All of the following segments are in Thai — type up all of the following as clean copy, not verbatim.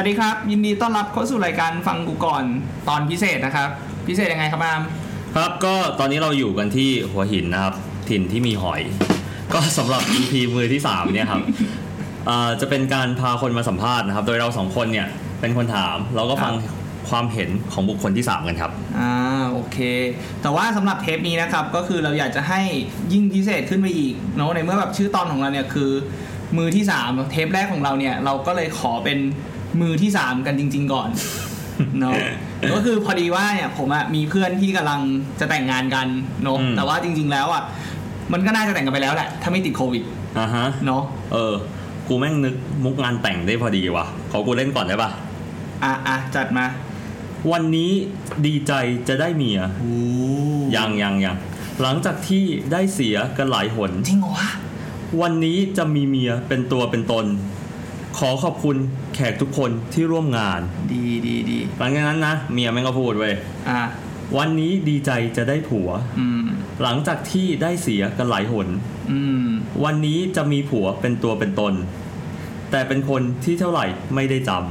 วัสดีครับยินดีต้อนรับเข้าสู่รายการฟังกูก่อนตอนพิเศษนะครับพิเศษยังไงครับอามครับก็ตอนนี้เราอยู่กันที่หัวหินนะครับถิ่นที่มีหอยก็สำหรับ EP มือที่3เนี่ยครับจะเป็นการพาคนมาสัมภาษณ์นะครับโดยเรา2คนเนี่ยเป็นคนถามเราก็ฟังความเห็นของบุคคลที่3กันครับโอเคแต่ว่าสำหรับเทปนี้นะครับก็คือเราอยากจะให้ยิ่งพิเศษขึ้นไปอีกเนาะในเมื่อแบบชื่อตอนของเราเนี่ยคือมือที่3เทปแรกของเราเนี่ยเราก็เลยขอเป็นมือที่3กันจริงๆก่อนเนาะก็คือพอดีว่าเนี่ยผมมีเพื่อนที่กำลังจะแต่งงานกันเนาะแต่ว่าจริงๆแล้วมันก็น่าจะแต่งกันไปแล้วแหละถ้าไม่ติดโควิดเนาะกูแม่งนึกมุกงานแต่งได้พอดีว่ะขอกูเล่นก่อนได้ป่ะจัดมาวันนี้ดีใจจะได้เมียยังหลังจากที่ได้เสียกันหลายหนจริงเหรอวะวันนี้จะมีเมียเป็นตัวเป็นตนขอขอบคุณแขกทุกคนที่ร่วมงานดีหลังจากนั้นนะเมียแม่งก็พูดเว้ยวันนี้ดีใจจะได้ผัวหลังจากที่ได้เสียกันหลายหนวันนี้จะมีผัวเป็นตัวเป็นตนแต่เป็นคนที่เท่าไหร่ไม่ได้จำ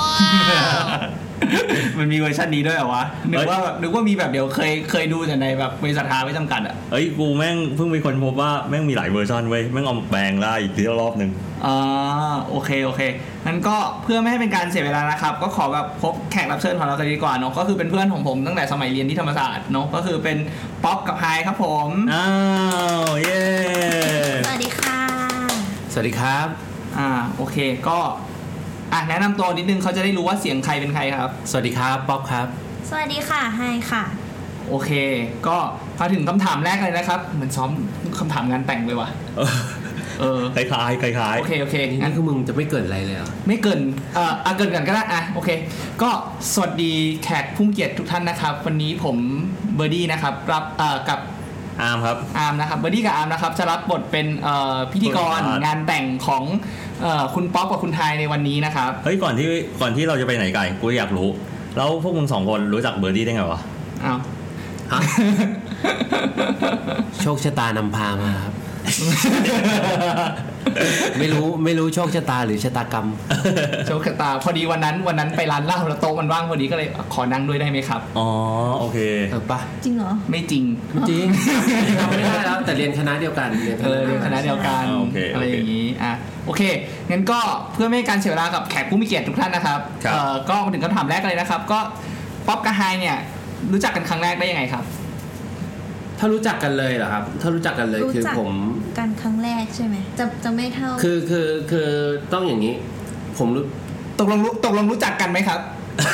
มันมีเวอร์ชันนี้ด้วยเหรอวะนึกว่ามีแบบเดี๋ยวเคยดูแต่ในแบบบริษัทหาไม่จำกัดกูแม่งเพิ่งมีคนพบว่าแม่งมีหลายเวอร์ชันเว้ยแม่งเอาแปลงได้อีกทีรอบนึงโอเคงั้นก็เพื่อไม่ให้เป็นการเสียเวลานะครับก็ขอแบบพบแขกรับเชิญของเรากันดีกว่าเนาะก็คือเป็นเพื่อนของผมตั้งแต่สมัยเรียนที่ธรรมศาสตร์เนาะก็คือเป็นป๊อปกับไฮครับผมเย้สวัสดีค่ะสวัสดีครับโอเคก็แนะนำตัวนิดนึงเขาจะได้รู้ว่าเสียงใครเป็นใครครับสวัสดีครับป๊อปครับสวัสดีค่ะไฮค่ะโอเคก็มาถึงคำถามแรกเลยนะครับเหมือนซ้อมคำถามงานแต่งเลยว่ะคล้ายโอเคงั้นคือมึงจะไม่เกินอะไรเลยเหรอไม่เกินเกินกันก็ได้โอเคก็สวัสดีแขกผู้เกียรติทุกท่านนะครับวันนี้ผมเบอร์ดี้นะครับรับกับอาร์มครับอาร์มนะครับเบอร์ดี้กับอาร์มนะครับจะรับบทเป็นพิธีกรงานแต่งของคุณป๊อปกับคุณไทยในวันนี้นะครับเฮ้ยก่อนที่เราจะไปไหนไกลกูอยากรู้แล้วพวกมึง2คนรู้จักเบอร์ดี้ได้ไงวะโชคชะตานำพามาครับไม่รู้โชคชะตาหรือชะตากรรมโชคชะตาพอดีวันนั้นไปร้านเหล้าแล้วโต๊ะมันว่างพอดีก็เลยขอนั่งด้วยได้ไหมครับโอเคป่ะจริงเหรอไม่จริงไม่ได้แล้วแต่เรียนคณะเดียวกันเรียนคณะเดียวกันอะไรอย่างนี้โอเคงั้นก็เพื่อไม่ให้การเสียเวลากับแขกผู้มีเกียรติทุกท่านนะครับก็มาถึงคำถามแรกเลยนะครับก็ป๊อปกับไฮเนี่ยรู้จักกันครั้งแรกได้ยังไงครับถ้ารู้จักกันเลยเหรอครับถ้ารู้จักกันเลยคือผมกันครั้งแรกใช่ไหมจะไม่เท่าคือต้องอย่างนี้ผมตกลงรู้จักกันไหมครับ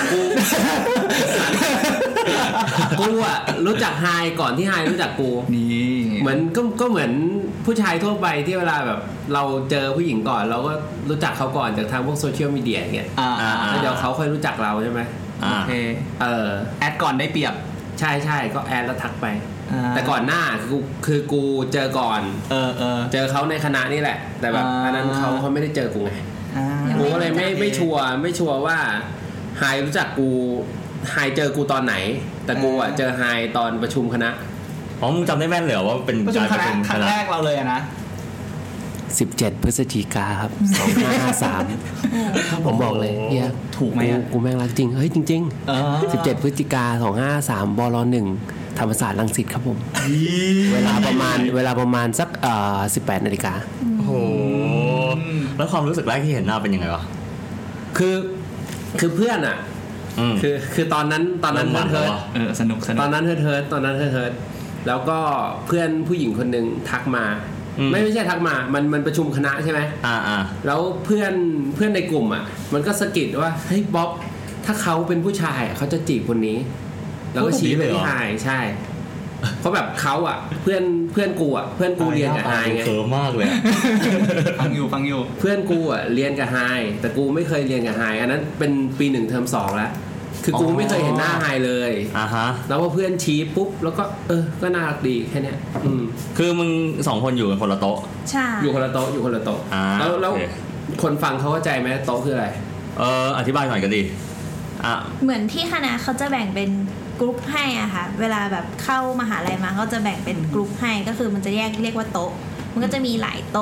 กูรู้จักไฮก่อนที่ไฮรู้จักกูนี่เหมือนก็เหมือนผู้ชายทั่วไปที่เวลาแบบเราเจอผู้หญิงก่อนเราก็รู้จักเขาก่อนจากทางพวกโซเชียลมีเดียอย่างเงี้ยแล้วเดี๋ยวเขาค่อยรู้จักเราใช่ไหมโอเคแอดก่อนได้เปรียบใช่ก็แอดแล้วทักไปแต่ก่อนหน้าคือกูเจอก่อนเจอเขาในคณะนี่แหละแต่แบบอันนั้นเขาไม่ได้เจอกูไงกูก็เลยไม่ชัวร์ว่าไฮรู้จักกูไฮเจอกูตอนไหนแต่กูเจอไฮตอนประชุมคณะมึงจำได้แม่นเลยว่าเป็นประชุมคณะครั้งแรกเราเลยนะ 17 พฤศจิกายนครับ2553ผมบอกเลยเฮียถูกไหมกูแม่งรักจริงเฮ้ยจริงๆ17 พฤศจิกายน2553บล1ธรรมศาสตร์รังสิตครับผมเวลาประมาณสัก18 นาฬิกาโอ้โหแล้วความรู้สึกแรกที่เห็นหน้าเป็นยังไงวะคือเพื่อนคือตอนนั้นเฮิร์ทสนุกตอนนั้นเฮิร์ทแล้วก็เพื่อนผู้หญิงคนนึงทักมาไม่ใช่ทักมามันประชุมคณะใช่ไหมแล้วเพื่อนในกลุ่มมันก็สะกิดว่าเฮ้ยบ๊อบถ้าเขาเป็นผู้ชายเขาจะจีบคนนี้แล้วก็ชี้ไปที่ไฮใช่เพราะแบบเขาเพื่อนกูเรียนกับไฮไงเขินมากเลยฟังอยู่เพื่อนกูเรียนกับไฮแต่กูไม่เคยเรียนกับไฮอันนั้นเป็นปี1เทอม2แล้วคือกูไม่เคยเห็นหน้าไฮเลยแล้วพอเพื่อนชี้ปุ๊บแล้วก็ก็น่ารักดีแค่นี้คือมึง2คนอยู่กันคนละโต๊ะใช่อยู่คนละโต๊ะแล้วคนฟังเขาเข้าใจไหมโต๊ะคืออะไรอธิบายหน่อยก็ดีเหมือนที่คณะเขาจะแบ่งเป็นกรุ๊ปให้ค่ะเวลาแบบเข้ามหาลัยมาเขาจะแบ่งเป็นกรุ๊ปให้ก็คือมันจะเรียกว่าโต๊ะมันก็จะมีหลายโต๊ะ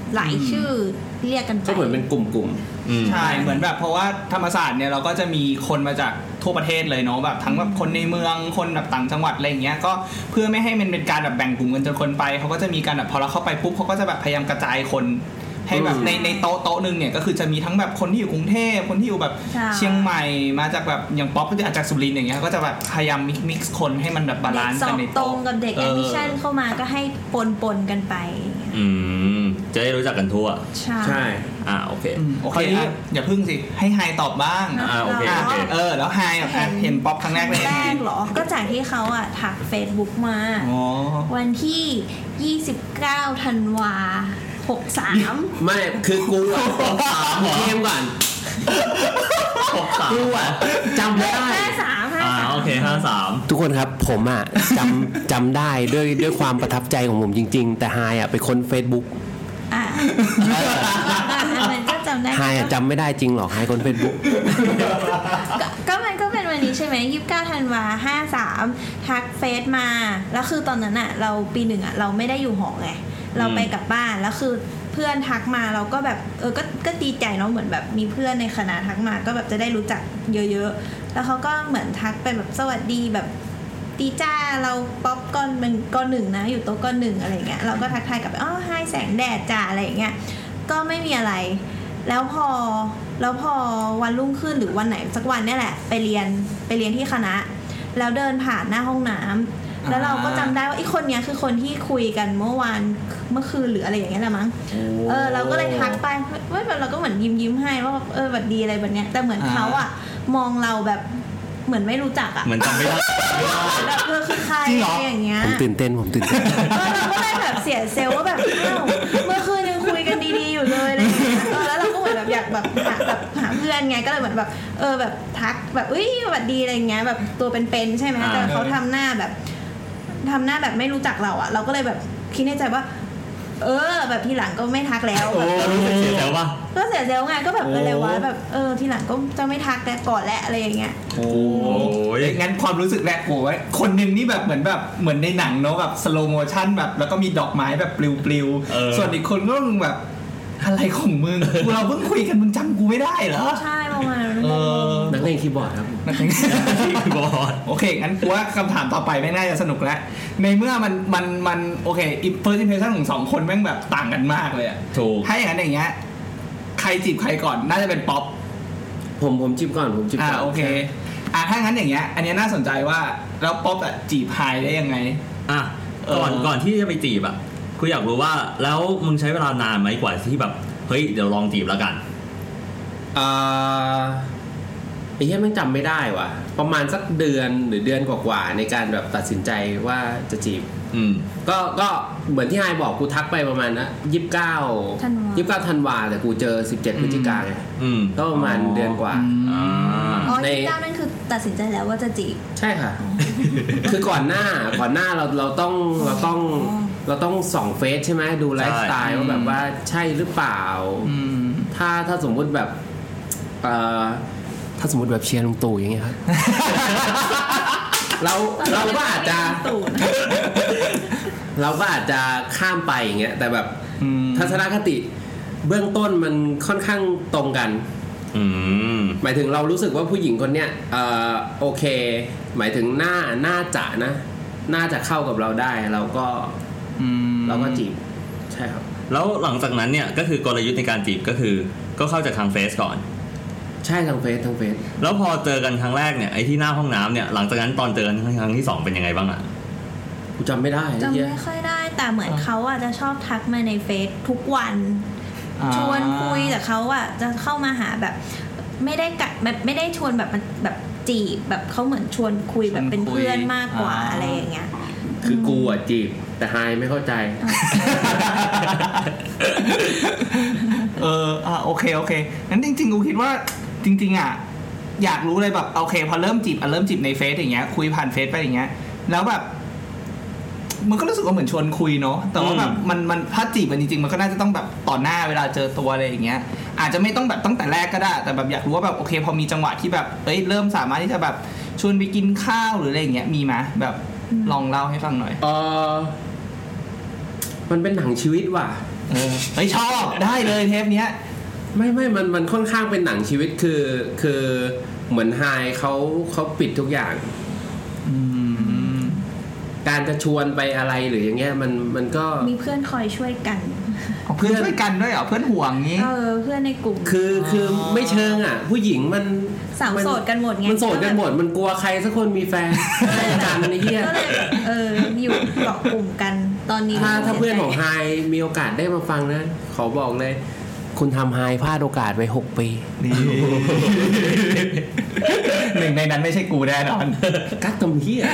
หลายชื่อเรียกกันไปก็เหมือนเป็นกลุ่มใช่เหมือนแบบเพราะว่าธรรมศาสตร์เนี่ยเราก็จะมีคนมาจากทั่วประเทศเลยเนาะแบบทั้งแบบคนในเมืองคนแบบต่างจังหวัดอะไรอย่างเงี้ยก็เพื่อไม่ให้มันเป็นการแบบแบ่งกลุ่มกันจนคนไปเขาก็จะมีการแบบพอเราเข้าไปปุ๊บเขาก็จะแบบพยายามกระจายคนให้แบบในโต๊ะนึงเนี่ยก็คือจะมีทั้งแบบคนที่อยู่กรุงเทพคนที่อยู่แบบเชียงใหม่มาจากแบบอย่างป๊อปก็จะจากสุรินทร์อย่างเงี้ยก็จะแบบพยายามมิกซ์คนให้มันแบบบาลานซ์กันในโต๊ะตรงกับเด็กแอดมิชชั่นเข้ามาก็ให้ปนกันไปจะได้รู้จักกันทั่วใช่โอเคโอเคอย่าพึ่งสิให้ไฮตอบบ้างโอเคแล้วไฮเห็นป๊อปครั้งแรกเลยแรกเหรอก็จากที่เขาถัก Facebook มาวันที่29ธันวา63 ไม่คือกู63เกมก่อน63กูจำไม่ได้ 53 โอเค53 ทุกคนครับผมจำได้ด้วยความประทับใจของผมจริงๆแต่ไฮเป็นคน Facebook มันก็จำได้ไฮจำไม่ได้จริงหรอกไฮคน Facebook ก็มันก็เป็นวันนี้ใช่ไหม29ธันวา53ทักเฟซมาแล้วคือตอนนั้นเราปี1เราไม่ได้อยู่หอไงเราไปกลับบ้านแล้วคือเพื่อนทักมาเราก็แบบก็ดีใจเนาะเหมือนแบบมีเพื่อนในคณะทักมาก็แบบจะได้รู้จักเยอะๆแล้วเขาก็เหมือนทักไปแบบสวัสดีแบบตีจ้าเราป๊อปก้อนเป็นก้อนหนึ่งนะอยู่โต๊ะก้อนหนึ่งอะไรเงี้ยเราก็ทักทายกลับไปไฮแสงแดดจ้าอะไรเงี้ยก็ไม่มีอะไรแล้วพอวันรุ่งขึ้นหรือวันไหนสักวันเนี่ยแหละไปเรียนที่คณะแล้วเดินผ่านหน้าห้องน้ำแล้วเราก็จำได้ว่าไอ้คนเนี้ยคือคนที่คุยกันเมื่อคืนหรืออะไรอย่างเงี้ยแหละมั้งเราก็เลยทักไปเราก็เหมือนยิ้มให้ว่าสวัสดีอะไรแบบเนี้ยแต่เหมือนเขามองเราแบบเหมือนไม่รู้จักเหมือนจำไม่ได้แบบคือใครอะไรอย่างเงี้ยผมตื่นเต้นเราก็เลยแบบเสียเซลล์ว่าแบบเมื่อคืนยังคุยกันดีๆอยู่เลยอะไรอย่างเงี้ยแล้วเราก็เหมือนแบบอยากแบบหาเพื่อนไงก็เลยเหมือนแบบแบบทักแบบสวัสดีอะไรเงี้ยแบบตัวเป็นๆใช่ไหมแต่เขาทำหน้าแบบไม่รู้จักเราเราก็เลยแบบคิดในใจว่าแบบทีหลังก็ไม่ทักแล้วเสียเซลล์ป่ะก็เสียเซลล์ไงก็แบบอะไรวะแบบทีหลังก็จะไม่ทักแต่ก่อนแหละอะไรอย่างเงี้ยโอ้ยงั้นความรู้สึกแรกโอ้ยคนนึงนี่แบบเหมือนในหนังเนาะแบบสโลว์โมชั่นแบบแล้วก็มีดอกไม้แบบปลิวๆส่วนอีกคนก็แบบอะไรของมึงเราเพิ่งคุยกันมึงจำกูไม่ได้เหรอใช่ประมาณนั้นนักเล่นคีย์บอร์ดครับนักเล่นคีย์บอร์ดโอเคงั้นกูว่าคำถามต่อไปไม่น่าจะสนุกแล้วในเมื่อมันโอเคfirst impression ของสองคนแม่งแบบต่างกันมากเลยถูกถ้าอย่างนั้นอย่างเงี้ยใครจีบใครก่อนน่าจะเป็นป๊อปผมจีบก่อนโอเคถ้างั้นอย่างเงี้ยอันนี้น่าสนใจว่าแล้วป๊อปจีบไฮได้ยังไงก่อนที่จะไปจีบกูอยากรู้ว่าแล้วมึงใช้เวลานานไหมกว่าที่แบบเฮ้ยเดี๋ยวลองจีบแล้วกันไอ้เหี้ยมันจำไม่ได้ว่ะประมาณสักเดือนหรือเดือนกว่าๆในการแบบตัดสินใจว่าจะจีบก็เหมือนที่ไฮบอกกูทักไปประมาณนะ29ธันวาแต่กูเจอ17พฤศจิกายนก็ประมาณเดือนกว่าใน29นั่นคือตัดสินใจแล้วว่าจะจีบใช่ค่ะ คือก่อนหน้าเราต้องส่องเฟซใช่ไหมดูไลฟ์สไตล์ว่าแบบว่าใช่หรือเปล่าถ้าสมมุติแบบถ้าสมมติแบบเชียร์ลุงตู่อย่างเงี้ยครับ เราก็อาจจะข้ามไปอย่างเงี้ยแต่แบบทัศนคติเบื้องต้นมันค่อนข้างตรงกันหมายถึงเรารู้สึกว่าผู้หญิงคนเนี้ยโอเคหมายถึงน่าจะเข้ากับเราได้เราก็จีบใช่ครับแล้วหลังจากนั้นเนี่ยก็คือกลยุทธ์ในการจีบก็คือก็เข้าจากทางเฟซก่อนใช่ทางเฟซแล้วพอเจอกันครั้งแรกเนี่ยไอ้ที่หน้าห้องน้ำเนี่ยหลังจากนั้นตอนเจอกันครั้งที่2เป็นยังไงบ้างกูจำไม่ค่อยได้แต่เหมือนเขาจะชอบทักมาในเฟซทุกวันชวนคุยแต่เขาจะเข้ามาหาแบบไม่ได้ชวนแบบจีบแบบเขาเหมือนชวนคุยแบบเป็นเพื่อนมากกว่าอะไรอย่างเงี้ยคือกูจีบแต่ไฮไม่เข้าใจโอเคงั้นจริงๆกูคิดว่าจริงๆอยากรู้เลยแบบโอเคพอเริ่มจีบในเฟซอย่างเงี้ยคุยผ่านเฟซไปอย่างเงี้ยแล้วแบบมันก็รู้สึกว่าเหมือนชวนคุยเนาะแต่ว่าแบบมันถ้าจีบกันจริงๆมันก็น่าจะต้องแบบต่อหน้าเวลาเจอตัวอะไรอย่างเงี้ยอาจจะไม่ต้องแบบตั้งแต่แรกก็ได้แต่แบบอยากรู้ว่าแบบโอเคพอมีจังหวะที่แบบเริ่มสามารถที่จะแบบชวนไปกินข้าวหรืออะไรอย่างเงี้ยมีมั้ยแบบลองเล่าให้ฟังหน่อยมันเป็นหนังชีวิตว่ะเฮ้ยชอบได้เลยเทปเนี้ยไม่มันค่อนข้างเป็นหนังชีวิตคือเหมือนไฮเขาปิดทุกอย่างการจะชวนไปอะไรหรืออย่างเงี้ยมันก็มีเพื่อนคอยช่วยกันเพื่อนช่วยกันด้วยเหรอเพื่อนห่วงงี้เพื่อนในกลุ่มคือไม่เชิงอ่ะผู้หญิงมันสาวโสดกันหมดไงมันโสดกันหมดมันกลัวใครสักคนมีแฟนกันไอ้เหี้ยก็เลยอยู่เกาะกลุ่มกันตอนนี้ถ้าเพื่อนของไฮมีโอกาสได้มาฟังนะขอบอกเลยคุณทำไฮพลาดโอกาสไป6 ปีนี่หนึ่งในนั้นไม่ใช่กูแน่นอนกั๊กตำเหี้ย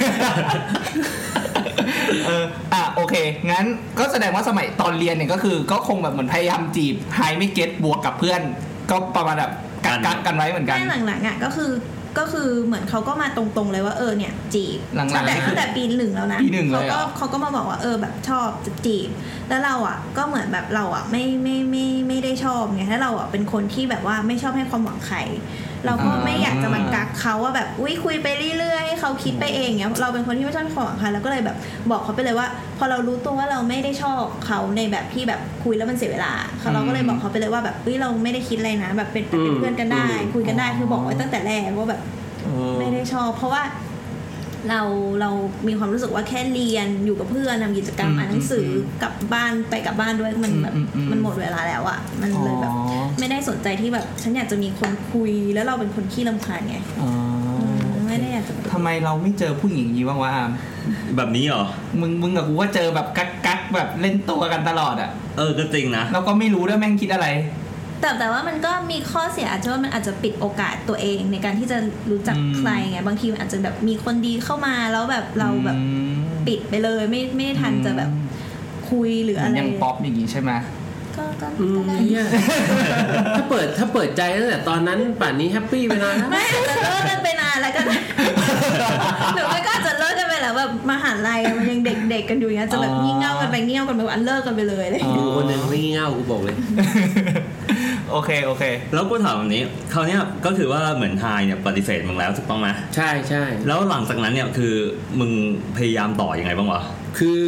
โอเคงั้นก็แสดงว่าสมัยตอนเรียนเนี่ยก็คือก็คงแบบเหมือนพยายามจีบไฮไม่เก็ตบวกกับเพื่อนก็ประมาณแบบกักกันไว้เหมือนกันแม่หลังๆอ่ะก็คือเหมือนเขาก็มาตรงๆเลยว่าเนี่ยจีบตั้งแต่ปี 1แล้วนะเขาก็มาบอกว่าแบบชอบจะจีบแล้วเราอ่ะก็เหมือนแบบเราอ่ะไม่ได้ชอบไงถ้าเราอ่ะเป็นคนที่แบบว่าไม่ชอบให้ความหวังใครเราก็ไม่อยากจะมากักเขาว่าแบบคุยไปเรื่อยๆให้เขาคิดไปเองเงี้ยเราเป็นคนที่ไม่ชอบให้ความหวังใครแล้วก็เลยแบบบอกเขาไปเลยว่าพอเรารู้ตัวว่าเราไม่ได้ชอบเขาในแบบที่แบบคุยแล้วมันเสียเวลาเราก็เลยบอกเขาไปเลยว่าแบบเราไม่ได้คิดอะไรนะแบบเป็นเพื่อนกันได้คุยกันได้คือบอกไว้ตั้งแต่แรกว่าแบบไม่ได้ชอบเพราะว่าเรามีความรู้สึกว่าแค่เรียนอยู่กับเพื่อนทำกิจกรรมอ่านหนังสือกลับบ้านด้วยมันแบบมันหมดเวลาแล้วอ่ะมันเลยแบบไม่ได้สนใจที่แบบฉันอยากจะมีคนคุยแล้วเราเป็นคนขี้รำคาญไงไม่ได้อยากจะทำไมเราไม่เจอผู้หญิงนี้บ้างวะแบบนี้เหรอมึงกับกูว่าเจอแบบกักแบบเล่นตัวกันตลอดอ่ะก็จริงนะเราก็ไม่รู้ด้วยแม่งคิดอะไรแต่ว่ามันก็มีข้อเสียอาจจะว่ามันอาจจะปิดโอกาสตัวเองในการที่จะรู้จักใครไงบางทีมันอาจจะแบบมีคนดีเข้ามาแล้วแบบเราแบบปิดไปเลยไม่ได้ทันจะแบบคุยหรืออะไรยังป๊อปอย่างงี้ใช่ไหมก็ได้ถ้าเปิดใจตั้งแต่ตอนนั้นป่านนี้แฮปปี้ไปนานแล้วไม่จะเลิกกันไปนานแล้วกันหรือไม่ก็จะเลิกกันไปแล้วแบบมหาลัยมันยังเด็กๆกันอยู่อย่างเงี้ยจะแบบงี่เง่ากันไปงี่เง่ากันไปอันเลิกกันไปเลยเลยดูคนนึงไม่งี่เง่ากูบอกเลยโอเคแล้วกูถามแบบนี้คราวนี้ก็คือว่าเหมือนไฮเนี่ยปฏิเสธมึงแล้วถูกต้องไหมใช่แล้วหลังจากนั้นเนี่ยคือมึงพยายามต่อยังไงบ้างวะคือ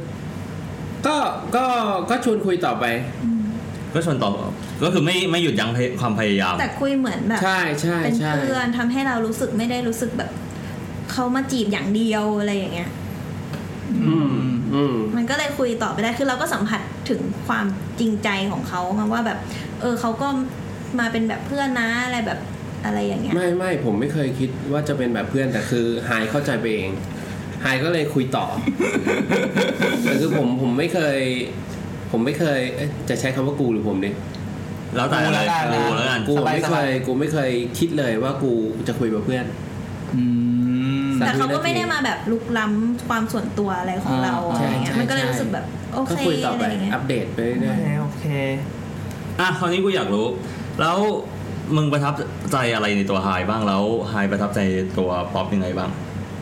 ก็ชวนคุยต่อไปก็ชวนต่อก็คือไม่หยุดยั้งความพยายามแต่คุยเหมือนแบบใช่เป็นเพื่อนทำให้เรารู้สึกไม่ได้รู้สึกแบบเขามาจีบอย่างเดียวอะไรอย่างเงี้ยมันก็เลยคุยต่อไปได้คือเราก็สัมผัสถึงความจริงใจของเขามาว่าแบบเขาก็มาเป็นแบบเพื่อนนะอะไรแบบอะไรอย่างเงี้ยไม่ผมไม่เคยคิดว่าจะเป็นแบบเพื่อนแต่คือไฮเข้าใจไปเองไฮก็เลยคุยต่อแต่คือผมไม่เคยจะใช้คำว่ากูหรือผมดิแล้วแต่อะไรกูแล้วกันกูไม่เคยคิดเลยว่ากูจะคุยกับเพื่อนแต่เขาก็ไม่ได้มาแบบลุกล้ำความส่วนตัวอะไรของเราอะไรเงี้ยมันก็เลยรู้สึกแบบโอเคอะไรเงี้ยอัปเดตไปเรื่อยโอเคคราวนี้กูอยากรู้แล้วมึงประทับใจอะไรในตัวไฮบ้างแล้วไฮประทับใจตัวป๊อปยังไงบ้าง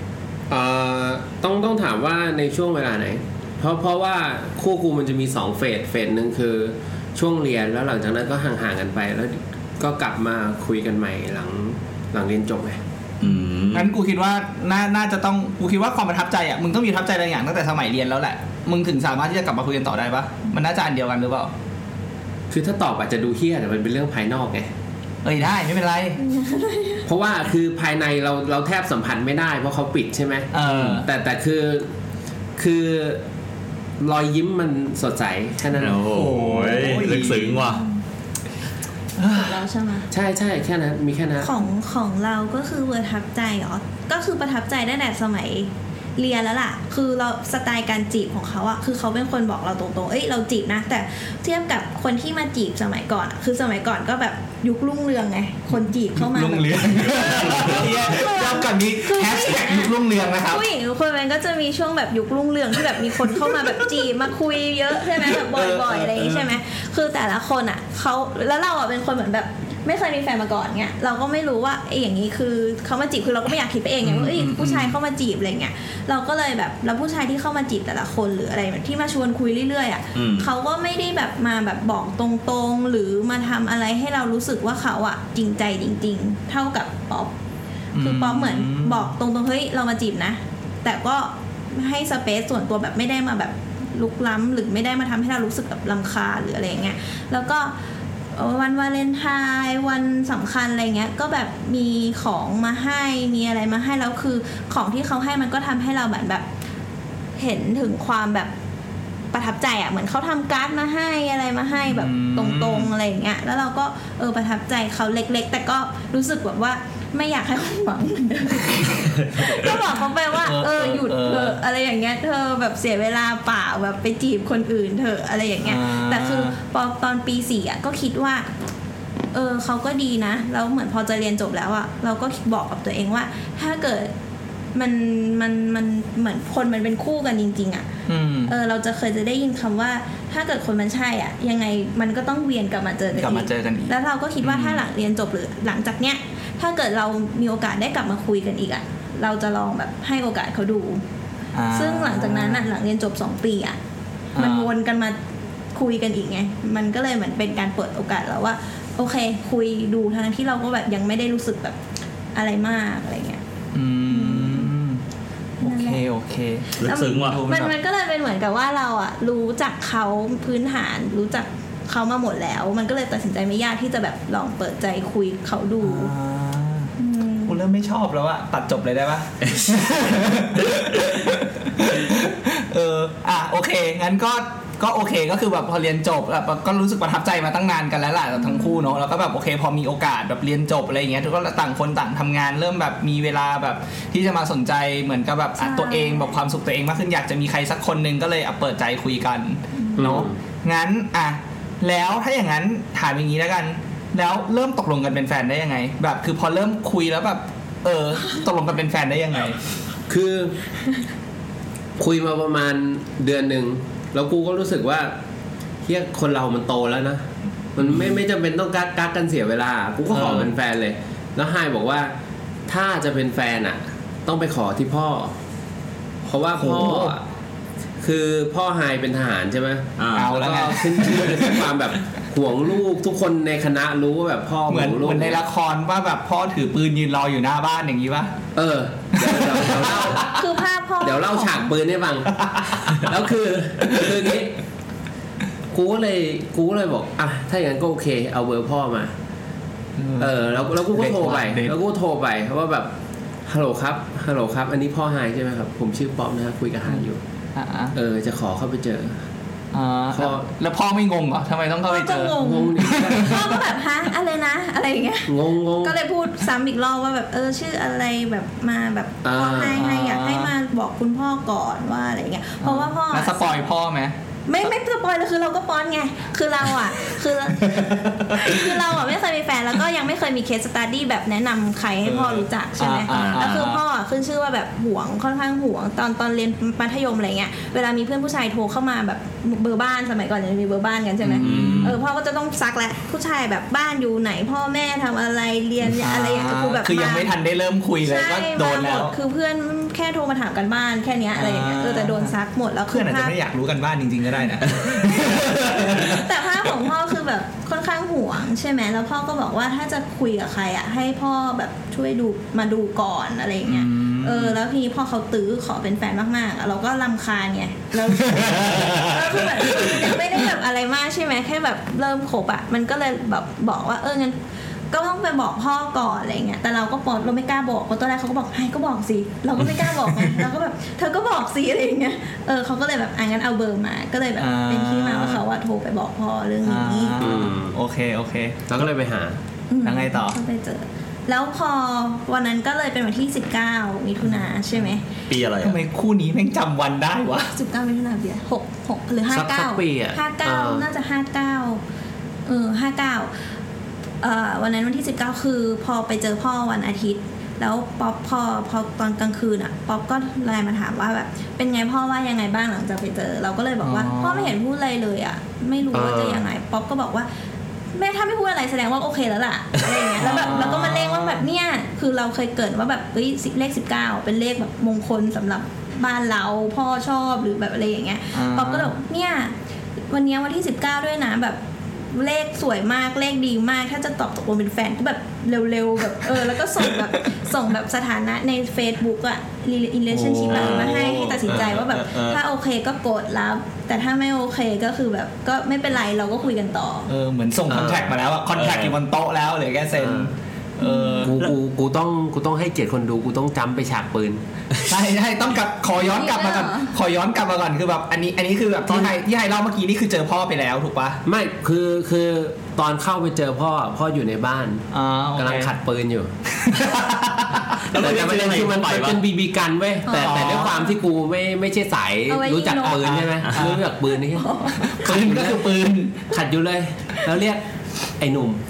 ต้องถามว่าในช่วงเวลาไหนเพราะว่าคู่กูมันจะมี2เฟสนึงคือช่วงเรียนแล้วหลังจากนั้นก็ห่างๆกันไปแล้วก็กลับมาคุยกันใหม่หลังเรียนจบไงงั้นกูคิดว่าน่าจะต้องกูคิดว่าความประทับใจมึงต้องมีประทับใจอะไรอย่างตั้งแต่สมัยเรียนแล้วแหละมึงถึงสามารถที่จะกลับมาคุยกันต่อได้ปะมันน่าจะอันเดียวกันหรือเปล่าคือถ้าตอบอาจจะดูเหี้ยแต่มันเป็นเรื่องภายนอกไงได้ไม่เป็นไรเพราะว่าคือภายในเราแทบสัมผัสไม่ได้เพราะเขาปิดใช่ไหมแต่คือรอยยิ้มมันสดใสแค่นั้นโอ้โหลึกซึ้งว่ะเราใช่ไหมใช่แค่นั้นมีแค่นั้นของเราก็คือประทับใจก็คือประทับใจได้แต่สมัยเรียนแล้วล่ะคือเราสไตล์การจีบของเขาคือเขาเป็นคนบอกเราตรงๆเราจีบนะแต่เทียบกับคนที่มาจีบสมัยก่อนคือสมัยก่อนก็แบบยุครุ่งเรืองไงคนจีบเข้ามารุ่งเรืองย้ำกันนี้แฮชแท็กยุครุ่งเรืองนะครับผู้หญิงคนมันก็จะมีช่วงแบบยุครุ่งเรืองที่แบบมีคนเข้ามาแบบจีบมาคุยเยอะใช่ไหมแบบบ่อยๆอะไรอย่างนี้ใช่ไหมคือแต่ละคนเขาแล้วเราเป็นคนเหมือนแบบไม่เคยมีแฟนมาก่อนเงี้ยเราก็ไม่รู้ว่าอย่างนี้คือเขามาจีบคือเราก็ไม่อยากคิดไปเองไงว่าผู้ชายเข้ามาจีบอะไรเงี้ยเราก็เลยแบบแล้วผู้ชายที่เข้ามาจีบแต่ละคนหรืออะไรแบบที่มาชวนคุยเรื่อยๆเขาก็ไม่ได้แบบมาแบบบอกตรงๆหรือมาทำอะไรให้เรารู้สึกว่าเขาจริงใจจริงๆเท่ากับป๊อปคือป๊อปเหมือนบอกตรงๆเฮ้ยเรามาจีบนะแต่ก็ให้สเปซส่วนตัวแบบไม่ได้มาแบบลุกล้ำหรือไม่ได้มาทำให้เรารู้สึกแบบรำคาญหรืออะไรอย่างเงี้ยแล้วก็วันวาเลนไทน์วันสำคัญอะไรเงี้ยก็แบบมีของมาให้มีอะไรมาให้แล้วคือของที่เขาให้มันก็ทำให้เราแบบเห็นถึงความแบบประทับใจอ่ะเหมือนเขาทำการ์ดมาให้อะไรมาให้แบบตรงๆอะไรอย่างเงี้ยแล้วเราก็ประทับใจเขาเล็กๆแต่ก็รู้สึกแบบว่าไม่อยากให้เขาหวังเหมือนเดิมก็บอกเขาไปว่าหยุดเถอะอะไรอย่างเงี้ยเธอแบบเสียเวลาเปล่าแบบไปจีบคนอื่นเถอะอะไรอย่างเงี้ยแต่คือตอนปี 4อ่ะก็คิดว่าเขาก็ดีนะแล้วเหมือนพอจะเรียนจบแล้วอ่ะเราก็บอกกับตัวเองว่าถ้าเกิดมันเหมือนคนมันเป็นคู่กันจริงๆอ่ะเราเคยจะได้ยินคำว่าถ้าเกิดคนมันใช่อ่ะยังไงมันก็ต้องเวียนกลับมาเจอกันอีกแล้วเราก็คิดว่าถ้าหลังเรียนจบหรือหลังจากเนี้ยถ้าเกิดเรามีโอกาสได้กลับมาคุยกันอีกอ่ะเราจะลองแบบให้โอกาสเขาดูซึ่งหลังจากนั้นหลังเรียนจบ2 ปีอ่ะมันวนกันมาคุยกันอีกไงมันก็เลยเหมือนเป็นการเปิดโอกาสแล้วว่าโอเคคุยดูทั้งที่เราก็แบบยังไม่ได้รู้สึกแบบอะไรมากอะไรเงี้ยโอเคลึกซึ้งว่ะมันก็เลยเป็นเหมือนกับว่าเราอ่ะรู้จักเขาพื้นฐานรู้จักเขามาหมดแล้วมันก็เลยตัดสินใจไม่ยากที่จะแบบลองเปิดใจคุยเขาดูกูเริ่มไม่ชอบแล้วอะตัดจบเลยได้ปะ โอเคงั้นก็โอเคก็คือแบบพอเรียนจบแบบก็รู้สึกประทับใจมาตั้งนานกันแล้วล่ะทั้งคู่เนาะแล้วก็แบบโอเคพอมีโอกาสแบบเรียนจบอะไรอย่างเงี้ยทุกคนต่างคนต่างทำงานเริ่มแบบมีเวลาแบบที่จะมาสนใจเหมือนกับแบบตัวเองแบบความสุขตัวเองมากขึ้นอยากจะมีใครสักคนนึงก็เลยเปิดใจคุยกันเนาะงั้นแล้วถ้าอย่างนั้นถามอย่างนี้แล้วกันแล้วเริ่มตกลงกันเป็นแฟนได้ยังไงแบบคือพอเริ่มคุยแล้วแบบตกลงกันเป็นแฟนได้ยังไงคือคุยมาประมาณเดือนนึงแล้วกูก็รู้สึกว่าเฮียคนเรามันโตแล้วนะมันไม่จำเป็นต้องกักกันเสียเวลากูก็ขอเป็นแฟนเลยแล้วไฮบอกว่าถ้าจะเป็นแฟนอ่ะต้องไปขอที่พ่อเพราะว่าพ่อคือพ่อไฮเป็นทหารใช่ไหมแล้วก็ขึ้นชื่อในความแบบห่วงลูกทุกคนในคณะรู้ว่าแบบพ่อเหมือนในละครว่าแบบพ่อถือปืนยืนรออยู่หน้าบ้านอย่างนี้ป่ะเดี๋ยวเล่าคือภาพพ่อเดี๋ยวเล่าฉากปืนให้ฟังแล้วคือนี้กูก็เลยบอกถ้าอย่างนั้นก็โอเคเอาเบอร์พ่อมาแล้วกูก็โทรไปว่าแบบฮัลโหลครับอันนี้พ่อไฮใช่ไหมครับผมชื่อป๊อปนะครับคุยกับไฮอยู่จะขอเข้าไปเจอแล้วพ่อไม่งงเหรอทำไมต้องเข้าไปเจองงดิพ่อก็แบบฮะอะไรนะอะไรอย่างเงี้ยงงก็เลยพูดซ้ำอีกรอบว่าแบบชื่ออะไรแบบมาแบบพ่อให้อยากให้มาบอกคุณพ่อก่อนว่าอะไรเงี้ยเพราะว่าพ่อแล้วสปอยพ่อไหมไม่สปอยเลยคือเราก็ป้อนไงคือเราอ่ะคือเราอ่ะไม่เคยมีแฟนแล้วก็ยังไม่เคยมีเคสสตั๊ดดี้แบบแนะนำใครให้พ่อรู้จักใช่ไหมแล้วคือพ่อขึ้นชื่อว่าแบบห่วงค่อนข้างห่วงตอนเรียนมัธยมอะไรเงี้ยเวลามีเพื่อนผู้ชายโทรเข้ามาแบบเบอร์บ้านสมัยก่อนจะมีเบอร์บ้านกันใช่ไหมพ่อก็จะต้องซักแหละผู้ชายแบบบ้านอยู่ไหนพ่อแม่ทำอะไรเรียนอะไรอย่างเงี้ยคือยังไม่ทันได้เริ่มคุยเลยก็โดนแล้วคือเพื่อนแค่โทรมาถามกันบ้านแค่นี้อะไรอย่างเงี้ยแต่โดนซักหมดแล้วเพื่อนอาจจะไม่อยากรู้กันบ้านจริงๆก็ได้นะแต่ภาพของพ่อคือแบบค่อนข้างห่วงใช่ไหมแล้วพ่อก็บอกว่าถ้าจะคุยกับใครอ่ะให้พ่อแบบช่วยดูมาดูก่อนอะไรอย่างเงี้ยแล้วพี่พ่อเขาตื้อขอเป็นแฟนมากๆเราก็รำคาญไงแล้วคือแบบไม่ได้แบบอะไรมากใช่ไหมแค่แบบเริ่มคบอ่ะมันก็เลยแบบบอกว่างั้นก็ต้องไปบอกพ่อก่อนอะไรเงี้ยแต่เราก็เราไม่กล้าบอกเพราะตอนแรกเขาก็บอกให้ก็บอกสิเราก็ไม่กล้าบอกไงเราก็แบบเธอก็บอกสิอะไรเงี้ยเขาก็เลยแบบงั้นเอาเบอร์มาก็เลยแบบเป็นที่มาว่าเขาโทรไปบอกพ่อเรื่องนี้โอเคเราก็เลยไปหาแล้วไงต่อก็ไปเจอแล้วพอวันนั้นก็เลยเป็นวันที่19มิถุนายนใช่ไหมปีอะไรทำไมคู่นี้แม่งจำวันได้วะ 19มิถุนายน6หรือ59 ปีอ่ะ 59น่าจะ59 59วันนั้นวันที่19คือพอไปเจอพ่อวันอาทิตย์แล้วป๊อปพอตอนกลางคืนอ่ะป๊อปก็ไลน์มาถามว่าแบบเป็นไงพ่อว่ายังไงบ้างหลังจากไปเจอเราก็เลยบอกว่าพ่อไม่เห็นพูดอะไรเลยอ่ะไม่รู้ว่าจะยังไงป๊อปก็บอกว่าแม่ถ้าไม่พูดอะไรแสดงว่าโอเคแล้วล่ะอะไรอย่างเงี้ยแล้วแบบเราก็มาเลขว่าแบบเนี่ยคือเราเคยเกิดว่าแบบเลข19เป็นเลขแบบมงคลสำหรับบ้านเราพ่อชอบหรือแบบอะไรอย่างเงี้ยป๊อปก็บอกเนี่ยวันนี้วันที่19ด้วยนะแบบเลขสวยมากเลขดีมากถ้าจะตอบตกลงเป็นแฟนก็แบบเร็วๆแบบแล้วก็ส่งแบบสถานะใน Facebook อ่ะ relationship มาให้ตัดสินใจว่าแบบถ้าโอเคก็กดรับแต่ถ้าไม่โอเคก็คือแบบก็ไม่เป็นไรเราก็คุยกันต่อเหมือนส่งคอนแทคมาแล้วอะคอนแทคอยู่บนโต๊ะแล้วเหลือแค่เซ็นกูต้องให้เกียรติคนดูกูต้องจำไปฉากปืนใช่ต้องกลับขอย้อนกลับมาก่อนคือแบบอันนี้คือแบบที่ไฮเล่าเมื่อกี้นี่คือเจอพ่อไปแล้วถูกปะไม่คือตอนเข้าไปเจอพ่ออยู่ในบ้านกำลังขัดปืนอยู่แต่ประเด็นคือมันเป็นบีบีกันเว้ยแต่ด้วยความที่กูไม่ใช่สายรู้จักปืนใช่ไหมรู้จักปืนนี่ปืนก็คือปืนขัดอยู่เลยแล้วเรียกไอ้หนุ่ม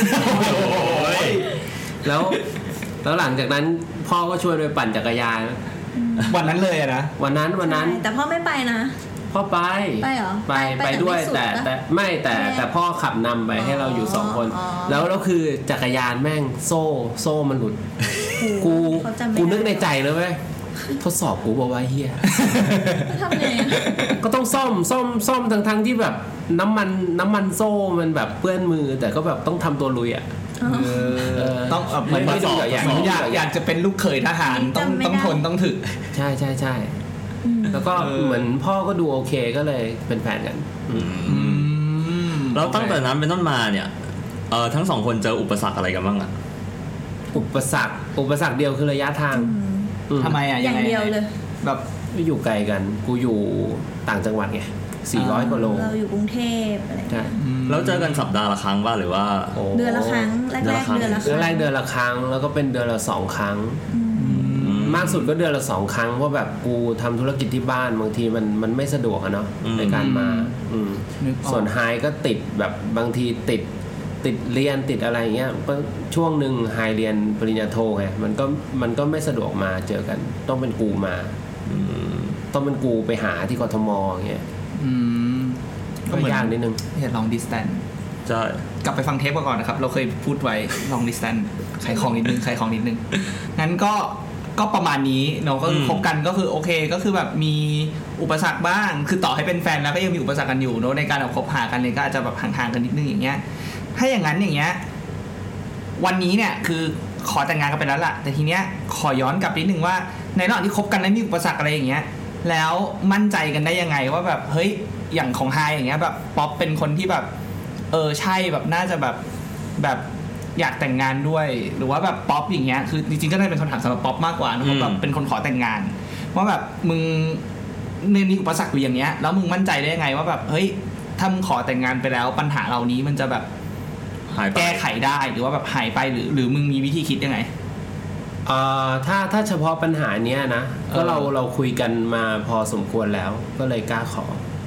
แล้วหลังจากนั้นพ่อก็ช่วยโดยปั่นจักรยานวันนั้นเลยนะวันนั้นแต่พ่อไม่ไปนะพ่อไปเหรอไปด้วยแต่พ่อขับนำไปให้เราอยู่2คนแล้วคือจักรยานแม่งโซ่มันหลุดกูนึกในใจเลยเว้ยทดสอบกูบอกว่าเฮียทำไงก็ต้องซ่อมทั้งที่แบบน้ำมันโซ่มันแบบเปื้อนมือแต่ก็แบบต้องทำตัวลุยอ่ะต้องไม่ดูอยากจะเป็นลูกเขยทหารต้องทนต้องถึกใช่แล้วก็เหมือนพ่อก็ดูโอเคก็เลยเป็นแฟนกันแล้วตั้งแต่นั้นเป็นต้นมาเนี่ยทั้ง2คนเจออุปสรรคอะไรกันบ้างอะอุปสรรคเดียวคือระยะทางทำไมอะอย่างเดียวเลยแบบอยู่ไกลกันกูอยู่ต่างจังหวัดไง400 กว่าโลเราอยู่กรุงเทพอะไรใช่แล้วเจอกันสัปดาห์ละครั้งป่ะหรือว่าเดือนละครั้งแรกเดือนละครั้งแล้วก็เป็นเดือนละ2 ครั้งมากสุดก็เดือนละ2 ครั้งเพราะแบบกูทำธุรกิจที่บ้านบางทีมันไม่สะดวกอะเนาะในการมาส่วนไฮก็ติดแบบบางทีติดเรียนติดอะไรเงี้ยช่วงหนึ่งไฮเรียนปริญญาโทไงมันก็ไม่สะดวกมาเจอกันต้องเป็นกูมาต้องเป็นกูไปหาที่กทมเงี้ยก็ยากนิดนึง long distance ใช่กลับไปฟังเทปก่อนนะครับเราเคยพูดไว้ long distance ขายของนิดนึงงั้นก็ประมาณนี้เนาะก็คือคบกันก็คือโอเคก็คือแบบมีอุปสรรคบ้างคือต่อให้เป็นแฟนแล้วก็ยังมีอุปสรรคกันอยู่เนาะในการคบหากันเนี่ยก็อาจจะแบบห่างๆกันนิดนึงอย่างเงี้ยถ้าอย่างนั้นอย่างเงี้ยวันนี้เนี่ยคือขอแต่งงานกันไปแล้วล่ะแต่ทีเนี้ยขอย้อนกลับนิดนึงว่าในระหว่างที่คบกันนั้นมีอุปสรรคอะไรอย่างเงี้ยแล้วมั่นใจกันได้ยังไงว่าแบบเฮ้ยอย่างของไฮอย่างเงี้ยแบบป๊อปเป็นคนที่แบบใช่แบบน่าจะแบบอยากแต่งงานด้วยหรือว่าแบบป๊อปอย่างเงี้ยคือจริงๆก็ได้เป็นคำถามสำหรับป๊อปมากกว่าเพราะแบบเป็นคนขอแต่งงานว่าแบบมึงมีอุปสรรคอยู่อย่างเงี้ยแล้วมึงมั่นใจได้ยังไงว่าแบบเฮ้ยถ้ามึงขอแต่งงานไปแล้วปัญหาเหล่านี้มันจะแบบแก้ไขได้หรือว่าแบบหายไปหรือมึงมีวิธีคิดยังไงถ้าเฉพาะปัญหาเนี้ยนะก็เราคุยกันมาพอสมควรแล้วก็เลยกล้าขอ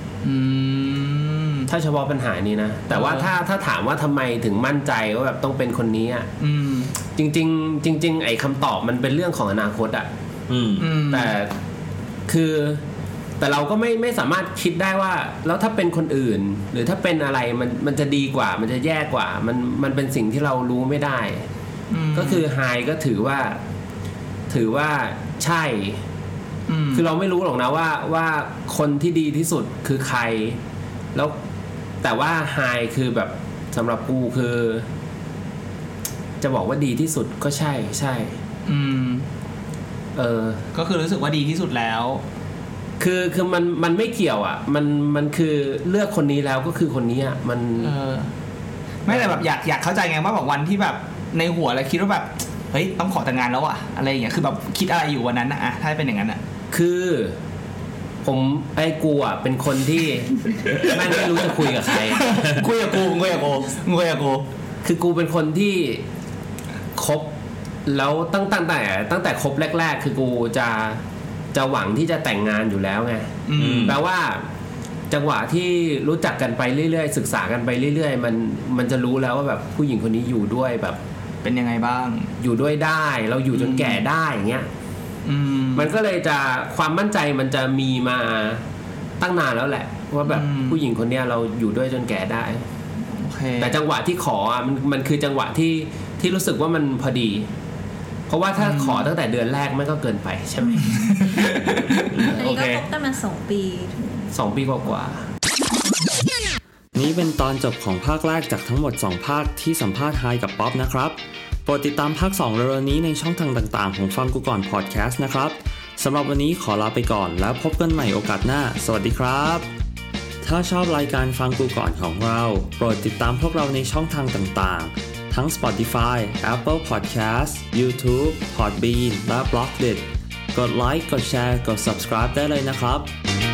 ถ้าเฉพาะปัญหานี้นะแต่ว่าถ้าถามว่าทำไมถึงมั่นใจว่าแบบต้องเป็นคนนี้อ่ะจริงไอ้คำตอบมันเป็นเรื่องของอนาคตอ่ะแต่คือแต่เราก็ไม่สามารถคิดได้ว่าแล้วถ้าเป็นคนอื่นหรือถ้าเป็นอะไรมันจะดีกว่ามันจะแย่กว่ามันเป็นสิ่งที่เรารู้ไม่ได้ก็คือไฮก็ถือว่าใช่คือเราไม่รู้หรอกนะว่าคนที่ดีที่สุดคือใครแล้วแต่ว่าไฮคือแบบสำหรับกูคือจะบอกว่าดีที่สุดก็ใช่ก็คือรู้สึกว่าดีที่สุดแล้วคือมันไม่เกี่ยวอ่ะมันคือเลือกคนนี้แล้วก็คือคนนี้อ่ะมันไม่แต่แบบอยากเข้าใจไงว่าแบบวันที่แบบในหัวแล้วคิดว่าแบบเฮ้ยต้องขอแต่งงานแล้วอ่ะอะไรอย่างเงี้ยคือแบบคิดอะไรอยู่วันนั้นนะถ้าเป็นอย่างนั้นอ่ะคือกูอ่ะเป็นคนที่ไม่รู้จะคุยกับใครคุยกับกูคือกูเป็นคนที่คบแล้วตั้งแต่คบแรกๆคือกูจะหวังที่จะแต่งงานอยู่แล้วไงแปลว่าจังหวะที่รู้จักกันไปเรื่อยๆศึกษากันไปเรื่อยๆมันจะรู้แล้วว่าแบบผู้หญิงคนนี้อยู่ด้วยแบบเป็นยังไงบ้างอยู่ด้วยได้เราอยู่จนแก่ได้อย่างเงี้ยมันก็เลยจะความมั่นใจมันจะมีมาตั้งนานแล้วแหละว่าแบบผู้หญิงคนนี้เราอยู่ด้วยจนแก่ได้ okay. แต่จังหวะที่ขอมันคือจังหวะที่รู้สึกว่ามันพอดีเพราะว่าถ้าขอตั้งแต่เดือนแรกมันก็เกินไปใช่ไหมอันนี้ก็คบกันมา2 ปีกว่านนี้เป็นตอนจบของภาคแรกจากทั้งหมด2ภาคที่สัมภาษณ์ไฮกับป๊อปนะครับโปรดติดตามภาค2เร็วๆนี้ในช่องทางต่างๆของฟังกูก่อนพอดแคสต์นะครับสำหรับวันนี้ขอลาไปก่อนแล้วพบกันใหม่โอกาสหน้าสวัสดีครับถ้าชอบรายการฟังกูก่อนของเราโปรดติดตามพวกเราในช่องทางต่างๆทั้ง Spotify, Apple Podcast, YouTube, Podbean และ Blockdit กดไลค์กดแชร์กด Subscribe ได้เลยนะครับ